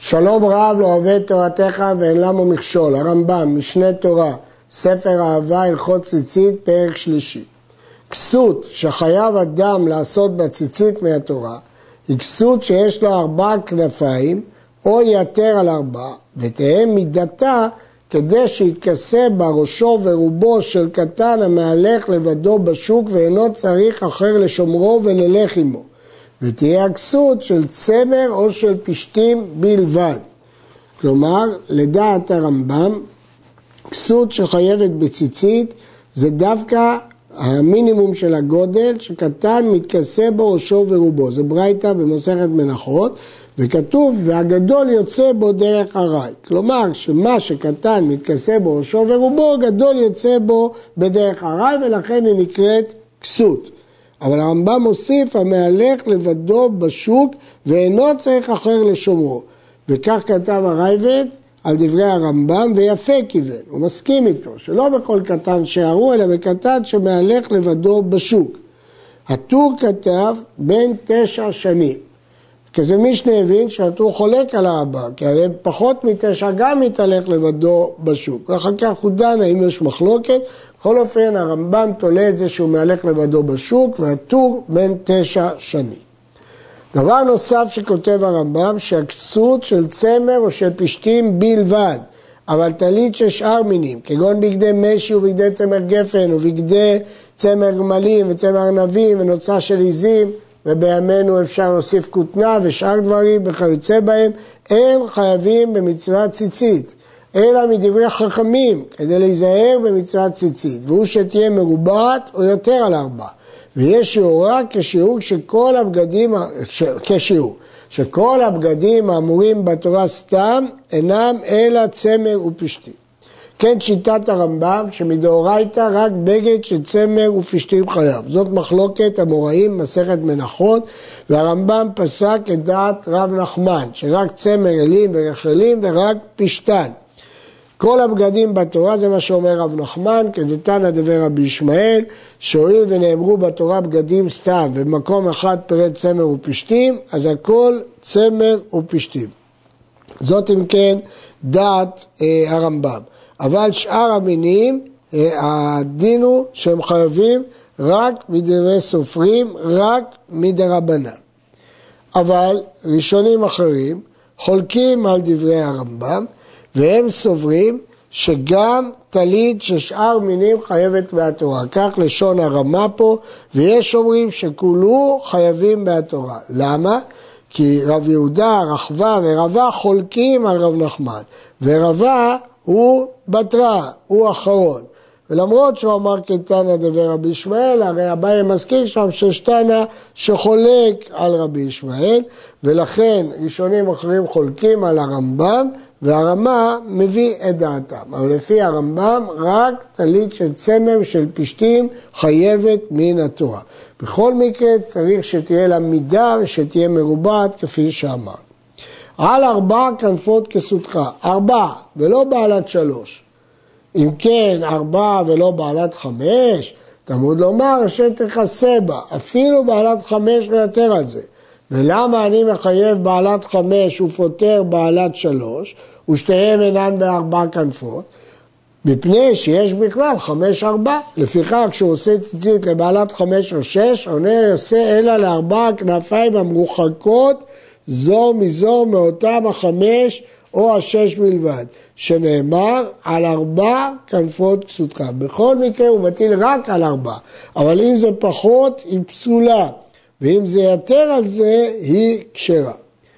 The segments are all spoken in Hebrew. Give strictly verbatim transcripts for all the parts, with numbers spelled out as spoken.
שלום רב לא אוהב תורתך ואין למו מכשול. הרמב"ם, משנה תורה, ספר אהבה, הלכות ציצית, פרק שלישי. כסות שחייב אדם לעשות בציצית מהתורה, היא כסות שיש לה ארבע כנפיים או יתר על ארבע, ותהא מידתה כדי שיתכסה בראשו ורובו של קטן המהלך לבדו בשוק ואינו צריך אחר לשומרו וללך עמו. ותהיה הכסות של צמר או של פשתים בלבד. כלומר, לדעת הרמב"ם, כסות שחייבת בציצית זה דווקא המינימום של הגודל שקטן מתכסה בו ראשו ורובו. זה ברייתא במסכת מנחות, וכתוב והגדול יוצא בו דרך הרי. כלומר, שמה שקטן מתכסה בו ראשו ורובו, גדול יוצא בו בדרך הרי, ולכן היא נקראת כסות. אבל הרמב"ם מוסיף המהלך לבדו בשוק ואינו צריך אחר לשומרו. וכך כתב הרייבד על דברי הרמב"ם, ויפה כיוון, הוא מסכים איתו, שלא בכל קטן שערו, אלא בקטן שמהלך לבדו בשוק. הטור כתב בין תשע שנים. כזה מישנה הבין שהטור חולק על הרמב"ם, כי הרי פחות מתשע גם מתהלך לבדו בשוק. ואחר כך הוא דן האם יש מחלוקת. בכל אופן הרמב"ם תולה את זה שהוא מהלך לבדו בשוק, והטור בין תשע שנים. דבר נוסף שכותב הרמב"ם, שהכסות של צמר או של פשתים בלבד, אבל טלית של שאר מינים, כגון בגדי משי ובגדי צמר גפן ובגדי צמר גמלים וצמר ענבים ונוצה של עיזים, ובימינו אפשר להוסיף כותנה ושאר דברים וכיוצא בהם, הם חייבים במצוות ציצית, אלא מדברי חכמים, כדי להיזהר במצוות ציצית, והוא שתהיה מרובעת או יותר על ארבע. ויש שיעורה כשיעור שכל הבגדים, כשיעור, שכל הבגדים האמורים בתורה סתם אינם אלא צמר ופשתים. כן שיטת הרמב"ם שמדאורייתא רק בגד של צמר ופשתים חייב. זאת מחלוקת המוראים, מסכת מנחות, והרמב"ם פסק את דעת רב נחמן, שרק צמר אלים ורחלים ורק פשתן. כל הבגדים בתורה זה מה שאומר רב נחמן, כדתנא דבר רבי ישמעאל, שהואיל ונאמרו בתורה בגדים סתם, ובמקום אחד פירט צמר ופשתים, אז הכל צמר ופשתים. זאת אם כן דעת אה, הרמב"ם. אבל שאר המינים, אה, הדין הוא שהם חייבים רק מדברי סופרים, רק מדרבנן. אבל ראשונים אחרים חולקים על דברי הרמב"ם, והם סוברים שגם טלית ששאר מינים חייבת מהתורה. כך לשון הרמה פה, ויש אומרים שכולו חייבים מהתורה. למה? כי רב יהודה, רחבה ורבה חולקים על רב נחמן, ורבה הוא בתרא, הוא אחרון. ולמרות שהוא אמר כתנא דבר רבי ישמעאל, הרי אביי מזכיר שם שיש תנא שחולק על רבי ישמעאל, ולכן ראשונים אחרים חולקים על הרמב"ם, והרמה מביא את דעתם. אבל לפי הרמב"ם רק טלית של צמר של פשתים חייבת מן התורה. בכל מקרה צריך שתהיה לה מידה ושתהיה מרובעת כפי שאמר. על ארבע כנפות כסותך, ארבע ולא בעלת שלוש. אם כן ארבע ולא בעלת חמש, תמוד לומר אשר תכסה בה, אפילו בעלת חמש ויותר על זה. ולמה אני מחייב בעלת חמש ופותר בעלת שלוש, ושתיהם אינן בארבע כנפות? מפני שיש בכלל חמש ארבע. לפיכך כשהוא עושה ציצית לבעלת חמש או שש, עונה עושה אלא לארבע כנפיים המרוחקות זו מזו מאותם החמש או השש בלבד, שנאמר על ארבע כנפות כסותך. בכל מקרה הוא מטיל רק על ארבע, אבל אם זה פחות היא פסולה, ואם זה יותר על זה היא כשרה.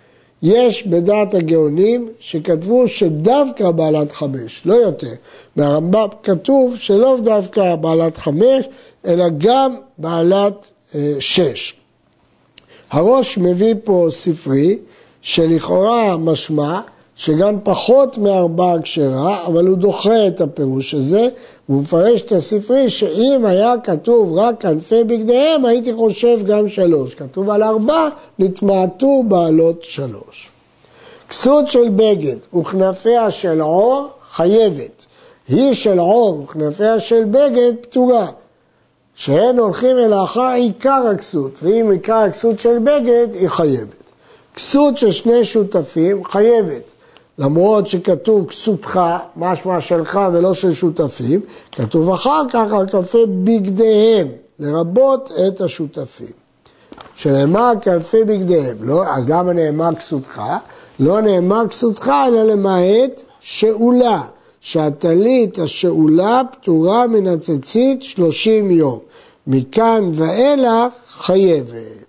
יש בדעת הגאונים שכתבו שדווקא בעלת חמש, לא יותר. מהרמב"ם כתוב שלא דווקא בעלת חמש, אלא גם בעלת אה, שש. הראש מביא פה ספרי שלכאורה משמע שגם פחות מארבע כשרה, אבל הוא דוחה את הפירוש הזה, והוא מפרש את הספרי שאם היה כתוב רק כנפי בגדיהם, הייתי חושב גם שלוש. כתוב על ארבע, נתמעטו בעלות שלוש. כסות של בגד וכנפיה של עור חייבת. היא של עור וכנפיה של בגד פטורה. שהן הולכים אל האחר עיקר הכסות, ואם עיקר הכסות של בגד היא חייבת. כסות של שני שותפים חייבת. למרות שכתוב כסותך, משמע שלך ולא של שותפים, כתוב אחר כך על כלפי בגדיהם, לרבות את השותפים. שנאמר כלפי בגדיהם, לא, אז למה נאמר כסותך? לא נאמר כסותך אלא למעט שאולה, שהטלית השאולה פטורה מן הציצית שלושים יום. מכאן ואילך חייבת.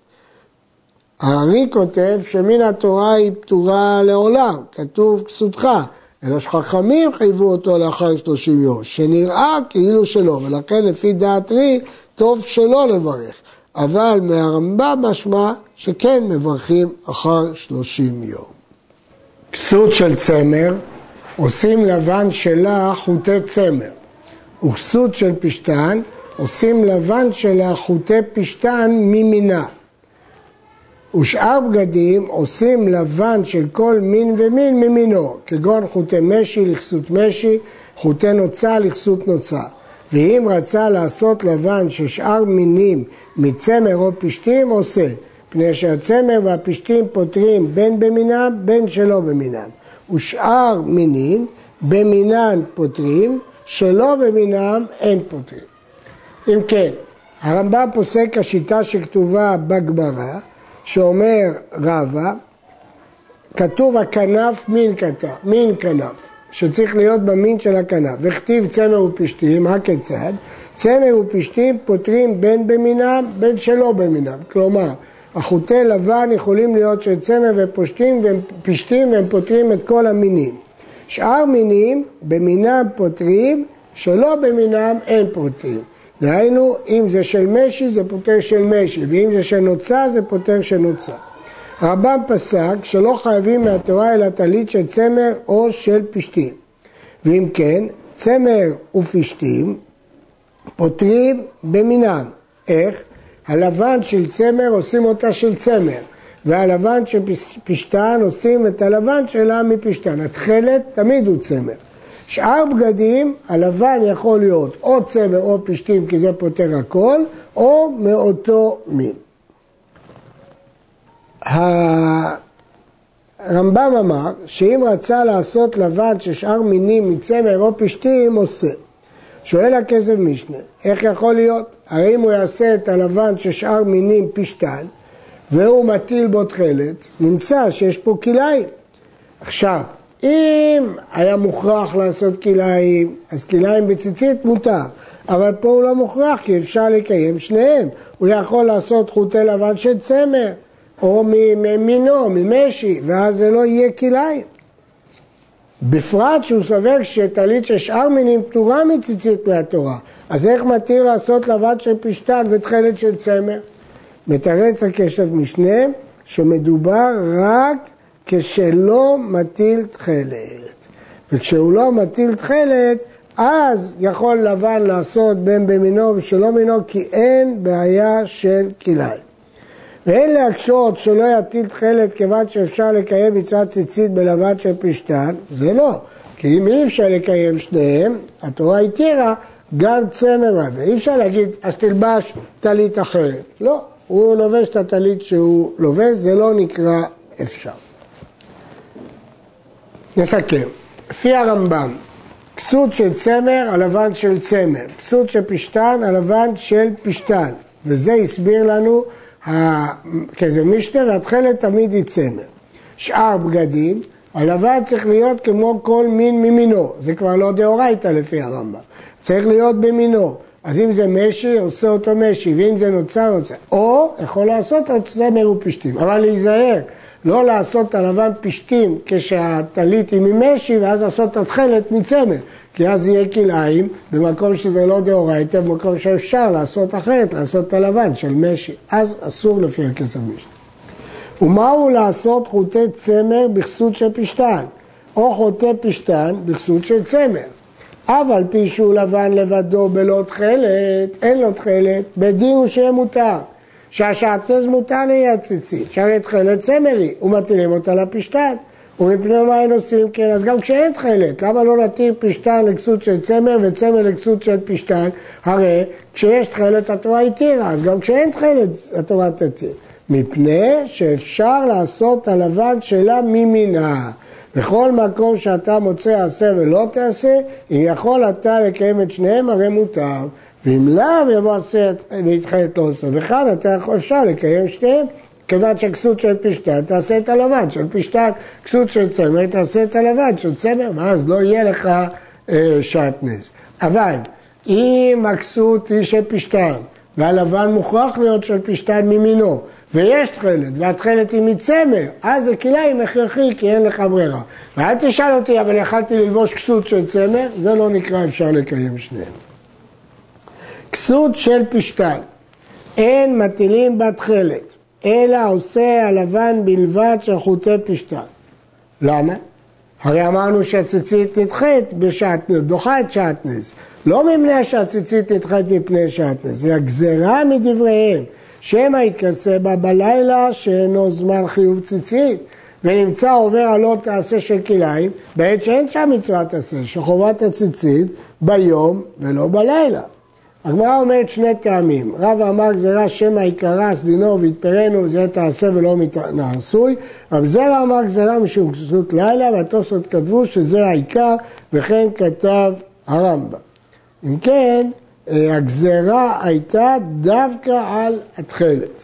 הארי כותב שמן התורה היא פטורה לעולם, כתוב כסותך, אלא שחכמים חייבו אותו לאחר שלושים יום, שנראה כאילו שלא, ולכן לפי דעת רי טוב שלא לברך, אבל מהרמב"ם משמע שכן מברכים אחר שלושים יום. כסות של צמר, עושים לבן שלה חוטי צמר, וכסות של פשטן, עושים לבן שלה חוטי פשטן ממינה. ושאר בגדים עושים לבן של כל מין ומין ממינו, כגון חוטי משי לכסות משי, חוטי נוצה לכסות נוצה. ואם רצה לעשות לבן של שאר מינים מצמר או פשטים, עושה, פני שהצמר והפשטים פותרים בין במינם, בין שלא במינם. ושאר מינים במינן פותרים, שלא במינם אין פותרים. אם כן, הרמב"ם פוסק השיטה שכתובה בגמרא, שאומר רבא, כתוב הכנף מין כתב, מין כנף, שצריך להיות במין של הכנף, וכתיב צמר ופשטים, הכיצד? צמר ופשטים פותרים בין במינם, בין שלא במינם, כלומר, החוטי לבן יכולים להיות של צמר ופשטים ופשטים והם פותרים את כל המינים. שאר מינים במינם פותרים, שלא במינם אין פותרים. דהיינו, אם זה של משי זה פותר של משי, ואם זה של נוצה זה פותר של נוצה. רבם פסק שלא חייבים מהתורה אלא טלית של צמר או של פשטים. ואם כן, צמר ופשטים פותרים במינם. איך? הלבן של צמר עושים אותה של צמר, והלבן של פשטן עושים את הלבן שלה מפשטן. התכלת תמיד הוא צמר. שאר בגדים, הלבן יכול להיות או צמר או פשטים, כי זה פותר הכל, או מאותו מין. הרמב"ם אמר שאם רצה לעשות לבן ששאר מינים מצמר או פשטים, עושה. שואל הכסף משנה, איך יכול להיות? הרי אם הוא יעשה את הלבן ששאר מינים פשטן, והוא מטיל בו תכלת, נמצא שיש פה כליים. עכשיו, אם היה מוכרח לעשות כליים, אז כליים בציצית מותר. אבל פה הוא לא מוכרח, כי אפשר לקיים שניהם. הוא יכול לעשות חוטי לבן של צמר, או ממינו, ממשי, ואז זה לא יהיה כליים. בפרט שהוא סובר שטלית של שאר מינים פטורה מציצית מהתורה. אז איך מתיר לעשות לבן של פשטן ותכלת של צמר? מתרץ הקשב משנה שמדובר רק כשלא מטיל תכלת. וכשהוא לא מטיל תכלת, אז יכול לבן לעשות בין במינו ושלא מינו, כי אין בעיה של כליים. ואין להקשות שלא יטיל תכלת כיוון שאפשר לקיים מצוות ציצית בלבן של פשטן, זה לא. כי אם אי אפשר לקיים שניהם, התורה התירה גם צמר ואי אפשר להגיד, אז תלבש טלית אחרת. לא, הוא לובש את הטלית שהוא לובש, זה לא נקרא אפשר. נסכם. לפי הרמב"ם, כסות של צמר, הלבן של צמר. כסות של פשטן, הלבן של פשטן. וזה הסביר לנו כזה משנה, והתכלת תמיד היא צמר. שאר בגדים, הלבן צריך להיות כמו כל מין ממינו. זה כבר לא דאורייתא לפי הרמב"ם. צריך להיות במינו. אז אם זה משי, עושה אותו משי, ואם זה נוצה, נוצה. או יכול לעשות עוד צמר ופשטים. אבל להיזהר, לא לעשות את הלבן פשטים כשהטלית היא ממשי, ואז לעשות את התכלת מצמר. כי אז יהיה כליים במקום שזה לא דאורייתא, במקום שאפשר לעשות אחרת, לעשות את הלבן של משי. אז אסור לפי הכסף משנה. ומהו לעשות חוטי צמר בכסות של פשטן, או חוטי פשטן בכסות של צמר. אבל פי שהוא לבן לבדו בלא תכלת, אין לו תכלת, בדין הוא שיהיה מותר. שהשעטנז מותר ליד ציצית, שהרי תכלת צמרי, ומטילים אותה לפשטן. ומפני מה אין עושים כן, אז גם כשאין תכלת, למה לא נתיר פשטן לכסות של צמר וצמר לכסות של פשטן? הרי כשיש תכלת התורה התירה, אז גם כשאין תכלת התורה תתיר. מפני שאפשר לעשות הלבן שלה ממינה. בכל מקום שאתה מוצא עשה ולא תעשה, אם יכול אתה לקיים את שניהם, הרי מותר. ואם לאו יבוא עשה וידחה את לא עושה. וכאן אתה יכול, אפשר לקיים שניהם, כיוון שהכסות של פשטן תעשה את הלבן של פשטן, כסות של צמר תעשה את הלבן של צמר, ואז לא יהיה לך אה, שעטנז. אבל אם הכסות היא של פשטן, והלבן מוכרח להיות של פשטן ממינו, ויש תכלת, והתכלת היא מצמר, אז זה כלאיים הכרחי, כי אין לך ברירה. ואל תשאל אותי, אבל יכלתי ללבוש כסות של צמר, זה לא נקרא אפשר לקיים שניהם. כסות של פשטן, אין מטילים בה תכלת, אלא עושה הלבן בלבד של חוטי פשטן. למה? הרי אמרנו שהציצית נדחית בשעטנז, דוחה את שעטנז. לא מפני שהציצית נדחית מפני שעטנז, זה הגזרה מדבריהם. שמא יתכסה בה בלילה שאינו זמן חיוב ציצית, ונמצא עובר הלא תעשה של כלאיים, בעת שאין שם מצוות עשה, שחובת הציצית ביום ולא בלילה. הגמרא אומרת שני טעמים. רב אמר גזרה שמא יקרס דינו ויתפרנו וזה תעשה ולא נעשוי. רב זרע אמר גזרה משום כסות לילה, והתוספות כתבו שזה העיקר, וכן כתב הרמב"ם. אם כן, הגזרה הייתה דווקא על התכלת.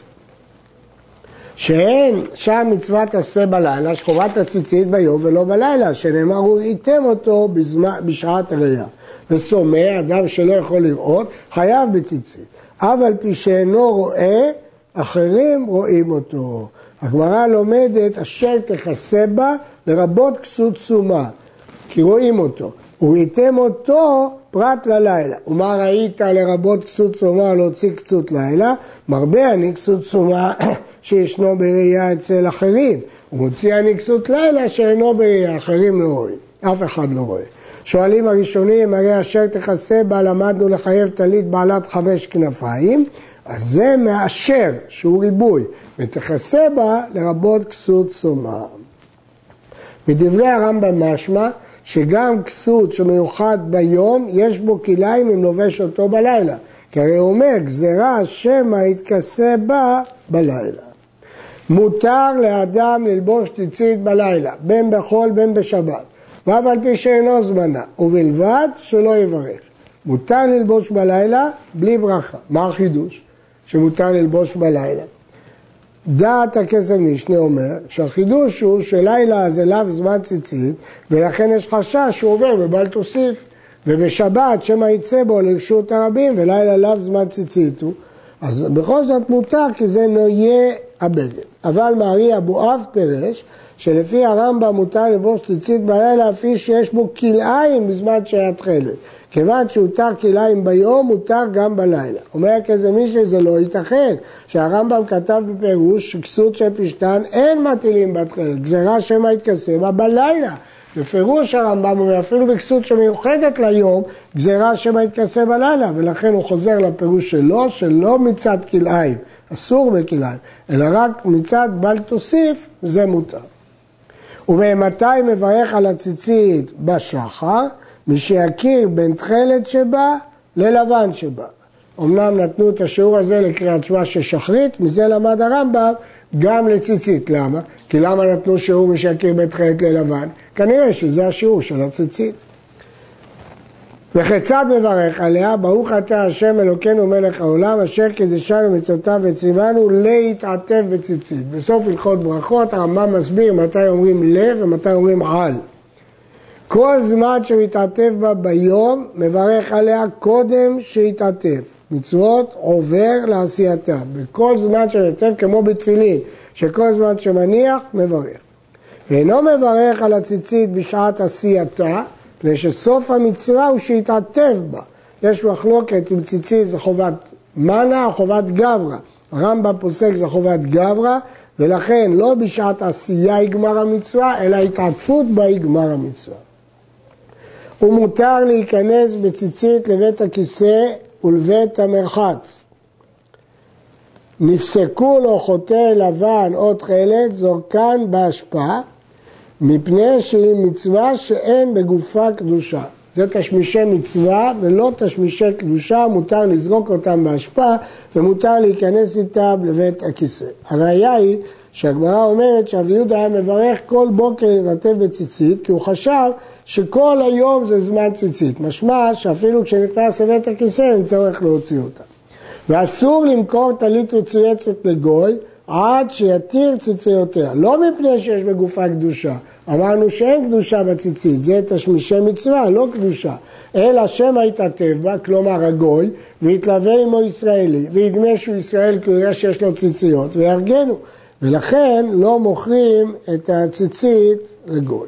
שאין שם מצוות עשה בלילה, שחובת הציצית ביום ולא בלילה, שנאמר הוא ייתם אותו בזמן, בשעת הראייה. וסומא, אדם שלא יכול לראות, חייב בציצית. אבל פי שאינו רואה, אחרים רואים אותו. הגמרא לומדת אשר תכסה בה לרבות כסות סומה, כי רואים אותו. הוא ייתם אותו פרט ללילה. ומה ראית לרבות כסות סומה להוציא כסות לילה? מרבה אני כסות סומה שישנו בראייה אצל אחרים. הוא מוציא אני כסות לילה שאינו בראייה, אחרים לא רואים. אף אחד לא רואה. שואלים הראשונים, הרי אשר תכסה בה למדנו לחייב טלית בעלת חמש כנפיים, אז זה מאשר שהוא ריבוי, ותכסה בה לרבות כסות סומה. מדברי הרמב"ם משמע, שגם כסות שמיוחד ביום, יש בו כלאיים אם לובש אותו בלילה. כי הרי הוא אומר, גזרה שמא יתכסה בה בלילה. מותר לאדם ללבוש ציצית בלילה, בין בחול בין בשבת, ואף על פי שאינו זמנה, ובלבד שלא יברך. מותר ללבוש בלילה בלי ברכה. מה החידוש? שמותר ללבוש בלילה. דעת הכסף משנה אומר שהחידוש הוא שלילה זה לאו זמן ציצית, ולכן יש חשש שהוא עובר ובל תוסיף, ובשבת שמא יצא בו לרשות הרבים ולילה לאו זמן ציצית הוא, אז בכל זאת מותר כי זה נויה הבגד. אבל מארי אבואב פירש שלפי הרמב"ם מותר ללבוש ציצית בלילה אפילו שיש בו כלאיים בזמן שהיה תכלת. כיוון שהותר כלאיים ביום, מותר גם בלילה. אומר כזה מישהו, זה לא ייתכן, שהרמב"ם כתב בפירוש שכסות של פשטן אין מטילים בתכלת, גזרה שמא יתכסה בה בלילה. בפירוש הרמב"ם אומר אפילו בכסות שמיוחדת ליום, גזרה שמא יתכסה בלילה, ולכן הוא חוזר לפירוש שלו, שלא מצד כלאיים, אסור בכלאיים, אלא רק מצד בל תוסיף, זה מותר. וממתי מברך על הציצית בשחר? מי שיכיר בין תכלת שבה ללבן שבה. אמנם נתנו את השיעור הזה לקריאת שמע של שחרית, מזה למד הרמב"ם גם לציצית. למה? כי למה נתנו שיעור מי שיכיר בין תכלת ללבן? כנראה שזה השיעור של הציצית. וכיצד מברך עליה? ברוך אתה השם אלוקינו מלך העולם, אשר קידשנו מצוותיו וציוונו להתעטף בציצית. בסוף הלכות ברכות הרמב"ם מסביר מתי אומרים ל ומתי אומרים על. כל זמן שמתעטף בה ביום, מברך עליה קודם שיתעטף. מצוות עובר לעשייתה. בכל זמן שמתעטף כמו בתפילין, שכל זמן שמניח, מברך. ואינו מברך על הציצית בשעת עשייתה, מפני שסוף המצווה הוא שיתעטף בה. יש מחלוקת אם ציצית זה חובת מנה או חובת גברא. הרמב"ם פוסק זה חובת גברא, ולכן לא בשעת עשייה יגמר המצווה, אלא התעטפות בה יגמר המצווה. ומותר להיכנס בציצית לבית הכיסא ולבית המרחץ. נפסקו לו חוטא לבן או תכלת, זורקן בהשפעה, מפני שהיא מצווה שאין בגופה קדושה. זה תשמישי מצווה ולא תשמישי קדושה, מותר לזרוק אותם בהשפעה ומותר להיכנס איתם לבית הכיסא. הראיה היא שהגמרא אומרת שאבי יהודה היה מברך כל בוקר לנתב בציצית, כי הוא חשב שכל היום זה זמן ציצית. משמע שאפילו כשנכנס לבית הכיסא אין צורך להוציא אותה. ואסור למכור טלית מצויצת לגוי עד שיתיר ציציותיה. לא מפני שיש בגופה קדושה. אמרנו שאין קדושה בציצית, זה תשמישי מצווה, לא קדושה. אלא שמא יתעטף בה, כלומר הגוי, ויתלווה עמו ישראלי, וידמה שהוא ישראל כי הוא יראה שיש לו ציציות, ויארגנו. ולכן לא מוכרים את הציצית לגוי.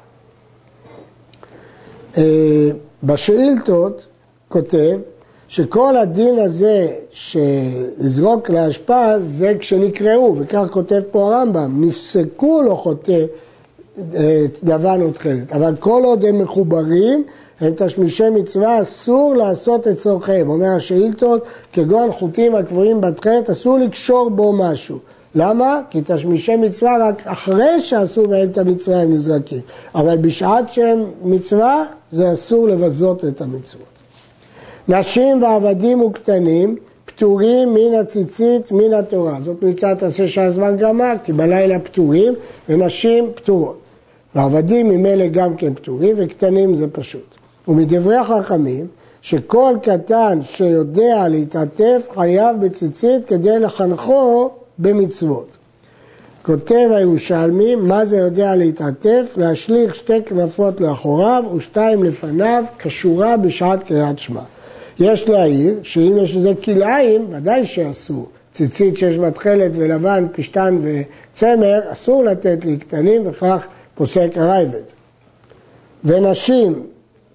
בשאילתות כותב שכל הדין הזה שלזרוק להשפעה זה כשנקראו, וכך כותב פה הרמב"ם, נפסקו לו חוטא דבן ותכלת, אבל כל עוד הם מחוברים, הם תשמישי מצווה, אסור לעשות את צורכיהם. אומר השאילתות, כגון חוטים הקבועים בתכלת, אסור לקשור בו משהו. למה? כי תשמישי מצווה רק אחרי שעשו בהם את המצווה הם נזרקים. אבל בשעת שהם מצווה, זה אסור לבזות את המצוות. נשים ועבדים וקטנים פטורים מן הציצית מן התורה. זאת מצוות עשה שהזמן גמר, כי בלילה פטורים ונשים פטורות. ועבדים ממילא גם כן פטורים וקטנים זה פשוט. ומדברי החכמים שכל קטן שיודע להתעטף חייב בציצית כדי לחנכו במצוות. כותב הירושלמי, מה זה יודע להתעטף? להשליך שתי כנפות לאחוריו ושתיים לפניו, קשורה בשעת קריאת שמע. יש להעיר שאם יש לזה כלאיים, ודאי שאסור. ציצית שיש מתחלת ולבן, קשתן וצמר, אסור לתת לקטנים, וכך פוסק הרייבד. ונשים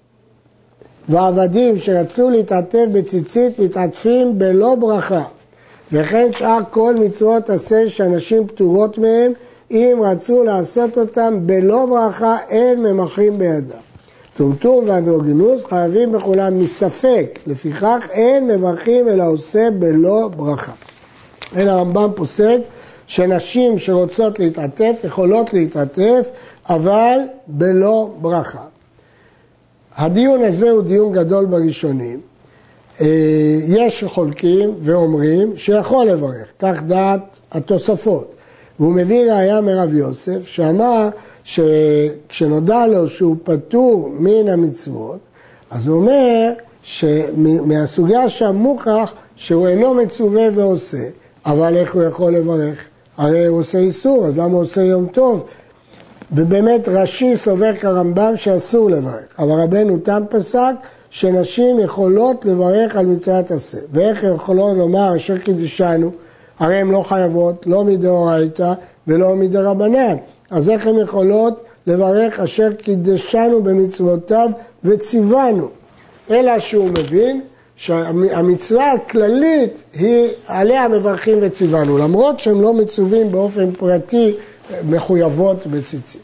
ועבדים שרצו להתעטף בציצית, מתעטפים בלא ברכה. וכן שאר כל מצוות עשה שאנשים פטורות מהם, אם רצו לעשות אותם בלא ברכה, אין ממחרים בידם. טומטום ואנדרוגינוס חייבים בכולם מספק, לפיכך אין מברכים אלא עושה בלא ברכה. אין הרמב"ם פוסק שנשים שרוצות להתעטף יכולות להתעטף, אבל בלא ברכה. הדיון הזה הוא דיון גדול בראשונים. יש חולקים ואומרים שיכול לברך, כך דעת התוספות. והוא מביא ראיה מרב יוסף שאמר שכשנודע לו שהוא פטור מן המצוות, אז הוא אומר שמהסוגיה שם מוכח שהוא אינו מצווה ועושה, אבל איך הוא יכול לברך? הרי הוא עושה איסור, אז למה הוא עושה יום טוב? ובאמת רש"י סובר כרמב"ם שאסור לברך, אבל רבנו תם פסק שנשים יכולות לברך על מצוות עשה. ואיך יכולות לומר אשר קידשנו? הרי הן לא חייבות, לא מדאורייתא ולא מדרבנן. אז איך הן יכולות לברך אשר קידשנו במצוותיו וציוונו? אלא שהוא מבין שהמצווה הכללית היא עליה מברכים וציוונו, למרות שהם לא מצווים באופן פרטי מחויבות בציצית.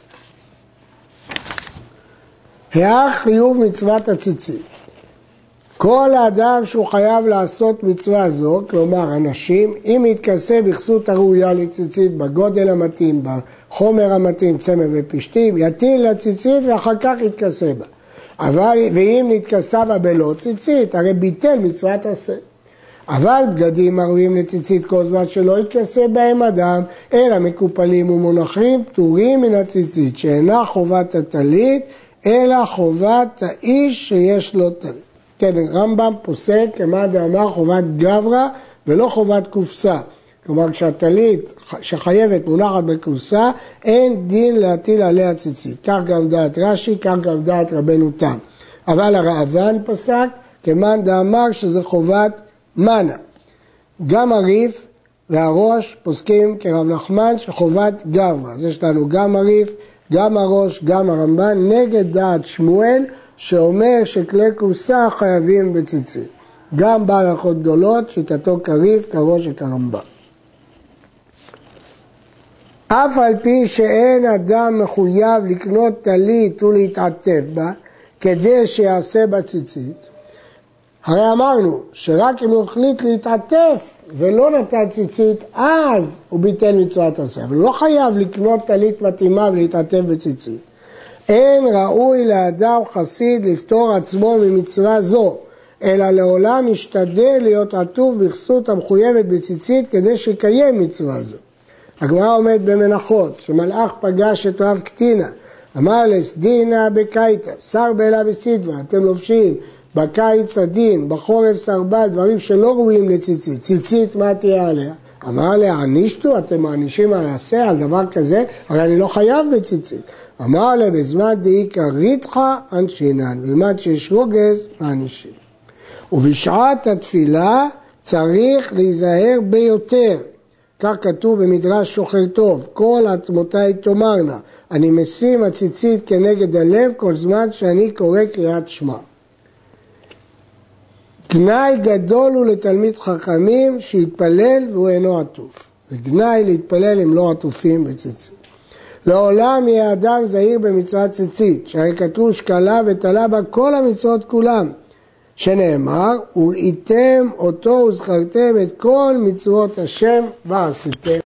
היאך חיוב מצוות הציצית. כל האדם שהוא חייב לעשות מצווה זו, כלומר אנשים, אם יתכסה בכסות הראויה לציצית, בגודל המתאים, בחומר המתאים, צמר ופשתים, יטיל לציצית ואחר כך יתכסה בה. אבל, ואם נתכסה בה בלא ציצית, הרי ביטל מצוות עשה. אבל בגדים הראויים לציצית כל זמן שלא יתכסה בהם אדם, אלא מקופלים ומונחים, פטורים מן הציצית, שאינה חובת הטלית, אלא חובת האיש שיש לו טלית. כן, רמב"ם פוסק כמה דאמר חובת גברא ולא חובת קופסה. כלומר, כשהטלית שחייבת מונחת בקופסה, אין דין להטיל עליה ציצית. כך גם דעת רש"י, כך גם דעת רבנו תם. אבל הרעב"ן פסק כמאן דאמר שזה חובת מנה. גם הריף והראש פוסקים כרב נחמן שחובת גברא. אז יש לנו גם הריף, גם הראש, גם הרמב"ן, נגד דעת שמואל, שאומר שכלי כוסה חייבים בציצית. גם בעל הלכות גדולות, שיטתו כריף, כראש וכרמב"ן. אף על פי שאין אדם מחויב לקנות טלית ולהתעטף בה, כדי שיעשה בציצית, הרי אמרנו שרק אם הוא החליט להתעטף ולא נתן ציצית, אז הוא ביטל מצוות עשה. אבל הוא לא חייב לקנות טלית מתאימה ולהתעטף בציצית. אין ראוי לאדם חסיד לפטור עצמו ממצווה זו, אלא לעולם ישתדל להיות עטוף בכסות המחויבת בציצית כדי שיקיים מצווה זו. הגמרא עומד במנחות, שמלאך פגש את רב קטינה, אמר לסדינה בקיצה, שר באלה בסידווה, אתם לובשים בקיץ הדין, בחורף סרבל, דברים שלא ראויים לציצית, ציצית מה תהיה עליה? אמר לה, ענישתו, אתם מענישים על עשה, על דבר כזה, הרי אני לא חייב בציצית. אמר לה, בזמן דאיקה ריתחה ענשינן, בזמן שיש רוגז, מענישים. ובשעת התפילה צריך להיזהר ביותר. כך כתוב במדרש שוחר טוב, כל עצמותיי תאמרנה, אני משים הציצית כנגד הלב כל זמן שאני קורא קריאת שמע. גנאי גדול הוא לתלמיד חכמים שיתפלל והוא אינו עטוף. זה גנאי להתפלל אם לא עטופים בציצית. לעולם יהיה אדם זהיר במצוות ציצית, שהרי כתוב שקלה ותלה בה כל המצוות כולם, שנאמר, וראיתם אותו וזכרתם את כל מצוות השם ועשיתם.